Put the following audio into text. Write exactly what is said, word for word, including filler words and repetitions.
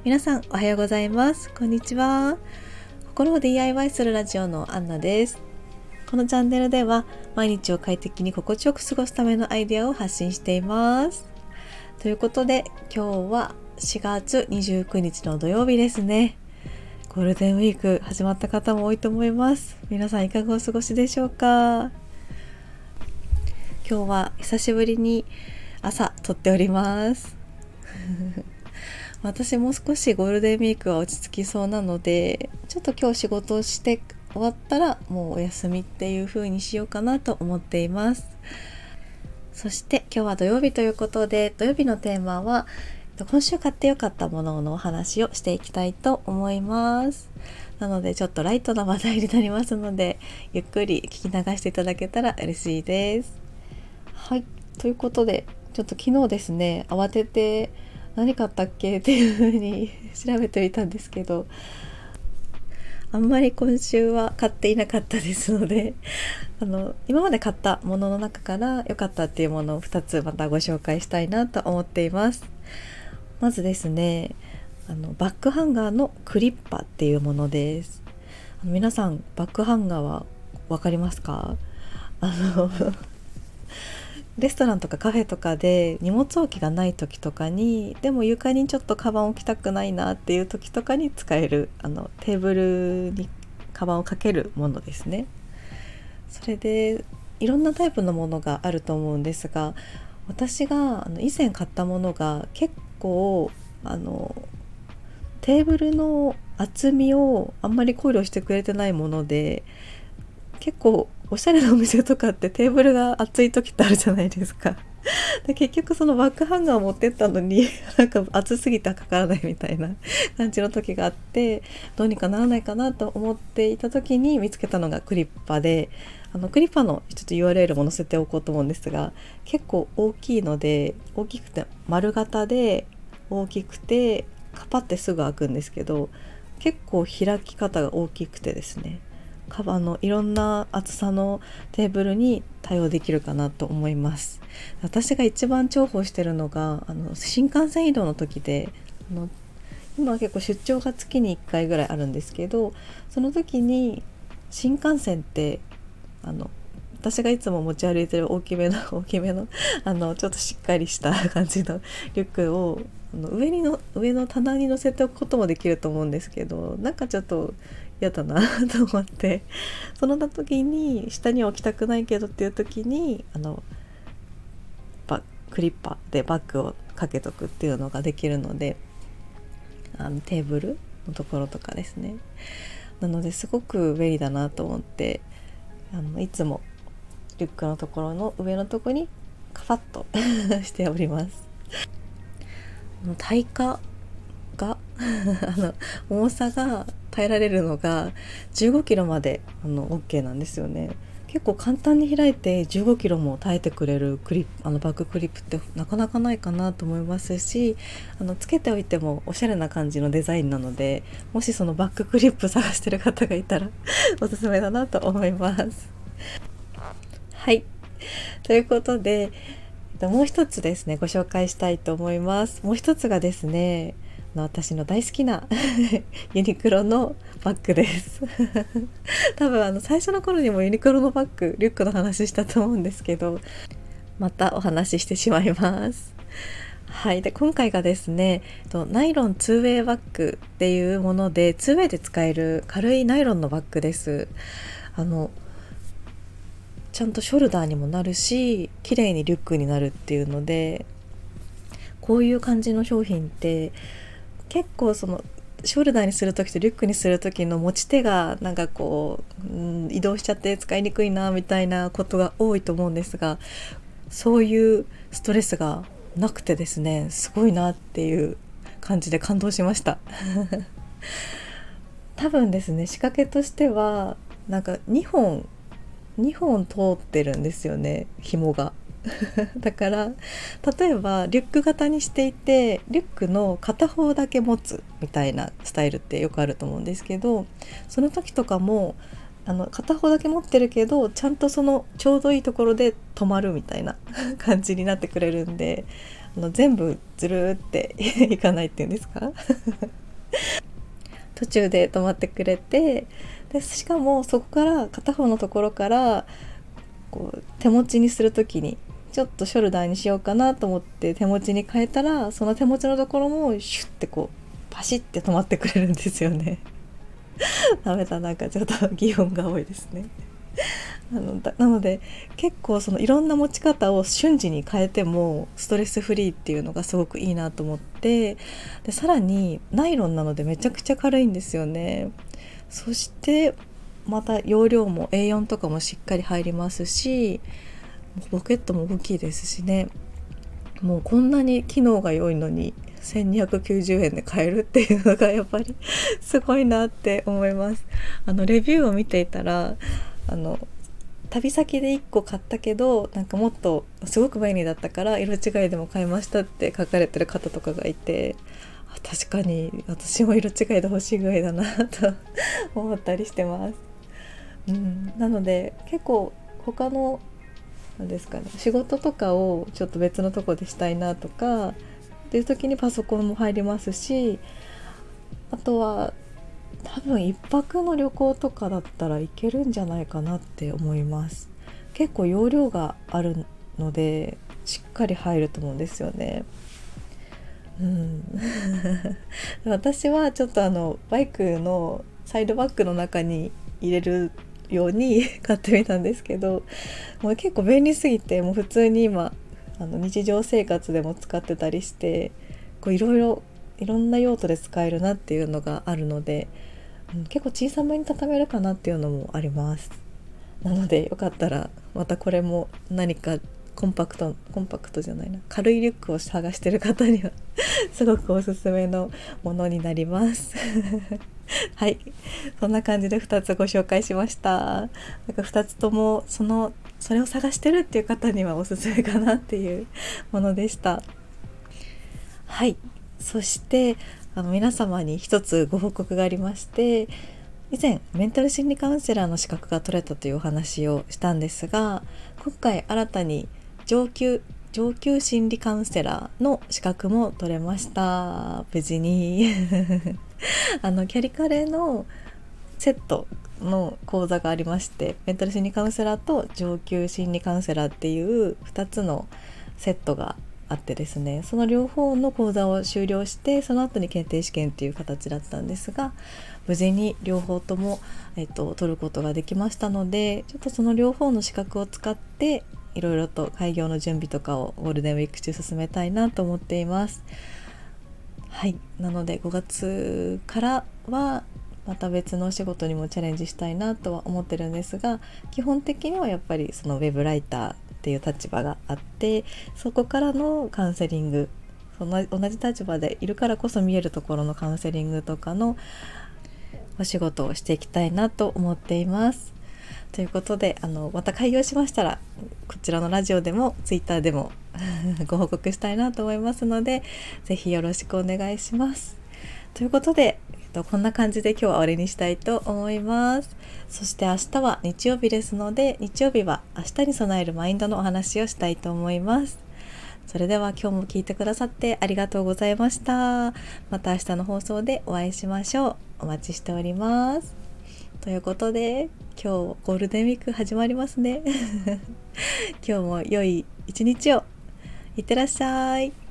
皆さんおはようございます。こんにちは。心を ディーアイワイ するラジオのアンナです。このチャンネルでは毎日を快適に心地よく過ごすためのアイデアを発信しています。ということで今日はしがつにじゅうくにちの土曜日ですね。ゴールデンウィーク始まった方も多いと思います。皆さんいかがお過ごしでしょうか。今日は久しぶりに朝撮っております私も少しゴールデンウィークは落ち着きそうなので、ちょっと今日仕事をして終わったらもうお休みっていう風にしようかなと思っています。そして今日は土曜日ということで、土曜日のテーマは今週買ってよかったもののお話をしていきたいと思います。なのでちょっとライトな話題になりますので、ゆっくり聞き流していただけたら嬉しいです。はい、ということでちょっと昨日ですね、慌てて何買ったっけっていう風に調べてみたんですけど、あんまり今週は買っていなかったですのであの今まで買ったものの中から良かったっていうものをふたつまたご紹介したいなと思っています。まずですね、あのバッグハンガーのクリッパっていうものです。あの皆さんバッグハンガーは分かりますか？あのレストランとかカフェとかで荷物置きがない時とかに、でも床にちょっとカバン置きたくないなっていう時とかに使える、あのテーブルにカバンをかけるものですね。それでいろんなタイプのものがあると思うんですが、私があの以前買ったものが結構あのテーブルの厚みをあんまり考慮してくれてないもので、結構おしゃれなお店とかってテーブルが厚い時ってあるじゃないですか。で結局そのバッグハンガーを持ってったのになんか厚すぎてかからないみたいな感じの時があって、どうにかならないかなと思っていた時に見つけたのがクリッパで、あのクリッパのちょっと ユーアールエル も載せておこうと思うんですが、結構大きいので、大きくて丸型で大きくてカパってすぐ開くんですけど、結構開き方が大きくてですね、カバーのいろんな厚さのテーブルに対応できるかなと思います。私が一番重宝してるのがあの新幹線移動の時で、あの今は結構出張が月にいっかいぐらいあるんですけど、その時に新幹線ってあの私がいつも持ち歩いてる大きめの大きめのあのちょっとしっかりした感じのリュックをあの上にの上の棚に乗せておくこともできると思うんですけど、なんかちょっと嫌だなと思って、その時に下には置きたくないけどっていう時にあのバクリッパでバッグをかけとくっていうのができるので、あのテーブルのところとかですね、なのですごく便利だなと思って、あのいつもリュックのところの上のところにカパッとしております。耐荷があの重さが耐えられるのがじゅうごキロまであの OK なんですよね。結構簡単に開いてじゅうごキロも耐えてくれるクリップ、あのバッグクリップってなかなかないかなと思いますし、あのつけておいてもおしゃれな感じのデザインなので、もしそのバッグクリップ探してる方がいたらおすすめだなと思います。はい、ということでもう一つですね、ご紹介したいと思います。もう一つがですね、私の大好きなユニクロのバッグです多分あの最初の頃にもユニクロのバッグリュックの話したと思うんですけど、またお話ししてしまいます。はい、で今回がですね、ナイロン ツーウェイ バッグっていうもので ツーウェイ で使える軽いナイロンのバッグです。あのちゃんとショルダーにもなるし、綺麗にリュックになるっていうので、こういう感じの商品って結構そのショルダーにするときとリュックにするときの持ち手がなんかこう、うん、移動しちゃって使いにくいなみたいなことが多いと思うんですが、そういうストレスがなくてですね、すごいなっていう感じで感動しました多分ですね、仕掛けとしてはなんかにほんにほん通ってるんですよね、紐がだから例えばリュック型にしていて、リュックの片方だけ持つみたいなスタイルってよくあると思うんですけど、その時とかもあの片方だけ持ってるけどちゃんとそのちょうどいいところで止まるみたいな感じになってくれるんで、あの全部ずるーっていかないっていうんですか途中で止まってくれて、でしかもそこから片方のところからこう手持ちにするときにちょっとショルダーにしようかなと思って手持ちに変えたら、その手持ちのところもシュッてこうパシッて止まってくれるんですよねダメだ、なんかちょっと擬音が多いですねなのだなので結構そのいろんな持ち方を瞬時に変えてもストレスフリーっていうのがすごくいいなと思って、でさらにナイロンなのでめちゃくちゃ軽いんですよね。そしてまた容量も エーよん とかもしっかり入りますし、ポケットも大きいですしね。もうこんなに機能が良いのにせんにひゃくきゅうじゅうえんで買えるっていうのがやっぱりすごいなって思います。あのレビューを見ていたら、あの旅先でいっこ買ったけどなんかもっとすごく便利だったから色違いでも買いましたって書かれてる方とかがいて、あ、確かに私も色違いで欲しいぐらいだなと思ったりしてます。うん、なので結構他のなんですかね、仕事とかをちょっと別のとこでしたいなとかっていう時にパソコンも入りますし、あとは多分一泊の旅行とかだったらいけるんじゃないかなって思います。結構容量があるのでしっかり入ると思うんですよね。うん私はちょっとあのバイクのサイドバッグの中に入れるように買ってみたんですけど、もう結構便利すぎてもう普通に今あの日常生活でも使ってたりして、こういろいろいろんな用途で使えるなっていうのがあるので、うん、結構小さめに畳めるかなっていうのもあります。なのでよかったらまたこれも何かコンパクトコンパクトじゃないな軽いリュックを探してる方にはすごくおすすめのものになりますはい、そんな感じでふたつご紹介しました。なんかふたつともそのそれを探してるっていう方にはおすすめかなっていうものでした。はい、そしてあの皆様に一つご報告がありまして、以前メンタル心理カウンセラーの資格が取れたというお話をしたんですが、今回新たに上級上級心理カウンセラーの資格も取れました。無事にあのキャリカレのセットの講座がありまして、メンタル心理カウンセラーと上級心理カウンセラーっていうふたつのセットがあってですね、その両方の講座を修了してその後に検定試験っていう形だったんですが、無事に両方とも、えっと、取ることができましたので、ちょっとその両方の資格を使っていろいろと開業の準備とかをゴールデンウィーク中進めたいなと思っています。はい、なのでごがつからはまた別のお仕事にもチャレンジしたいなとは思ってるんですが、基本的にはやっぱりそのウェブライターっていう立場があって、そこからのカウンセリング、その同じ立場でいるからこそ見えるところのカウンセリングとかのお仕事をしていきたいなと思っています。ということで、あのまた開業しましたらこちらのラジオでもツイッターでもご報告したいなと思いますので、ぜひよろしくお願いします。ということで、えっと、こんな感じで今日は終わりにしたいと思います。そして明日は日曜日ですので、日曜日は明日に備えるマインドのお話をしたいと思います。それでは今日も聞いてくださってありがとうございました。また明日の放送でお会いしましょう。お待ちしております。ということで、今日ゴールデンウィーク始まりますね今日も良い一日を。いってらっしゃい。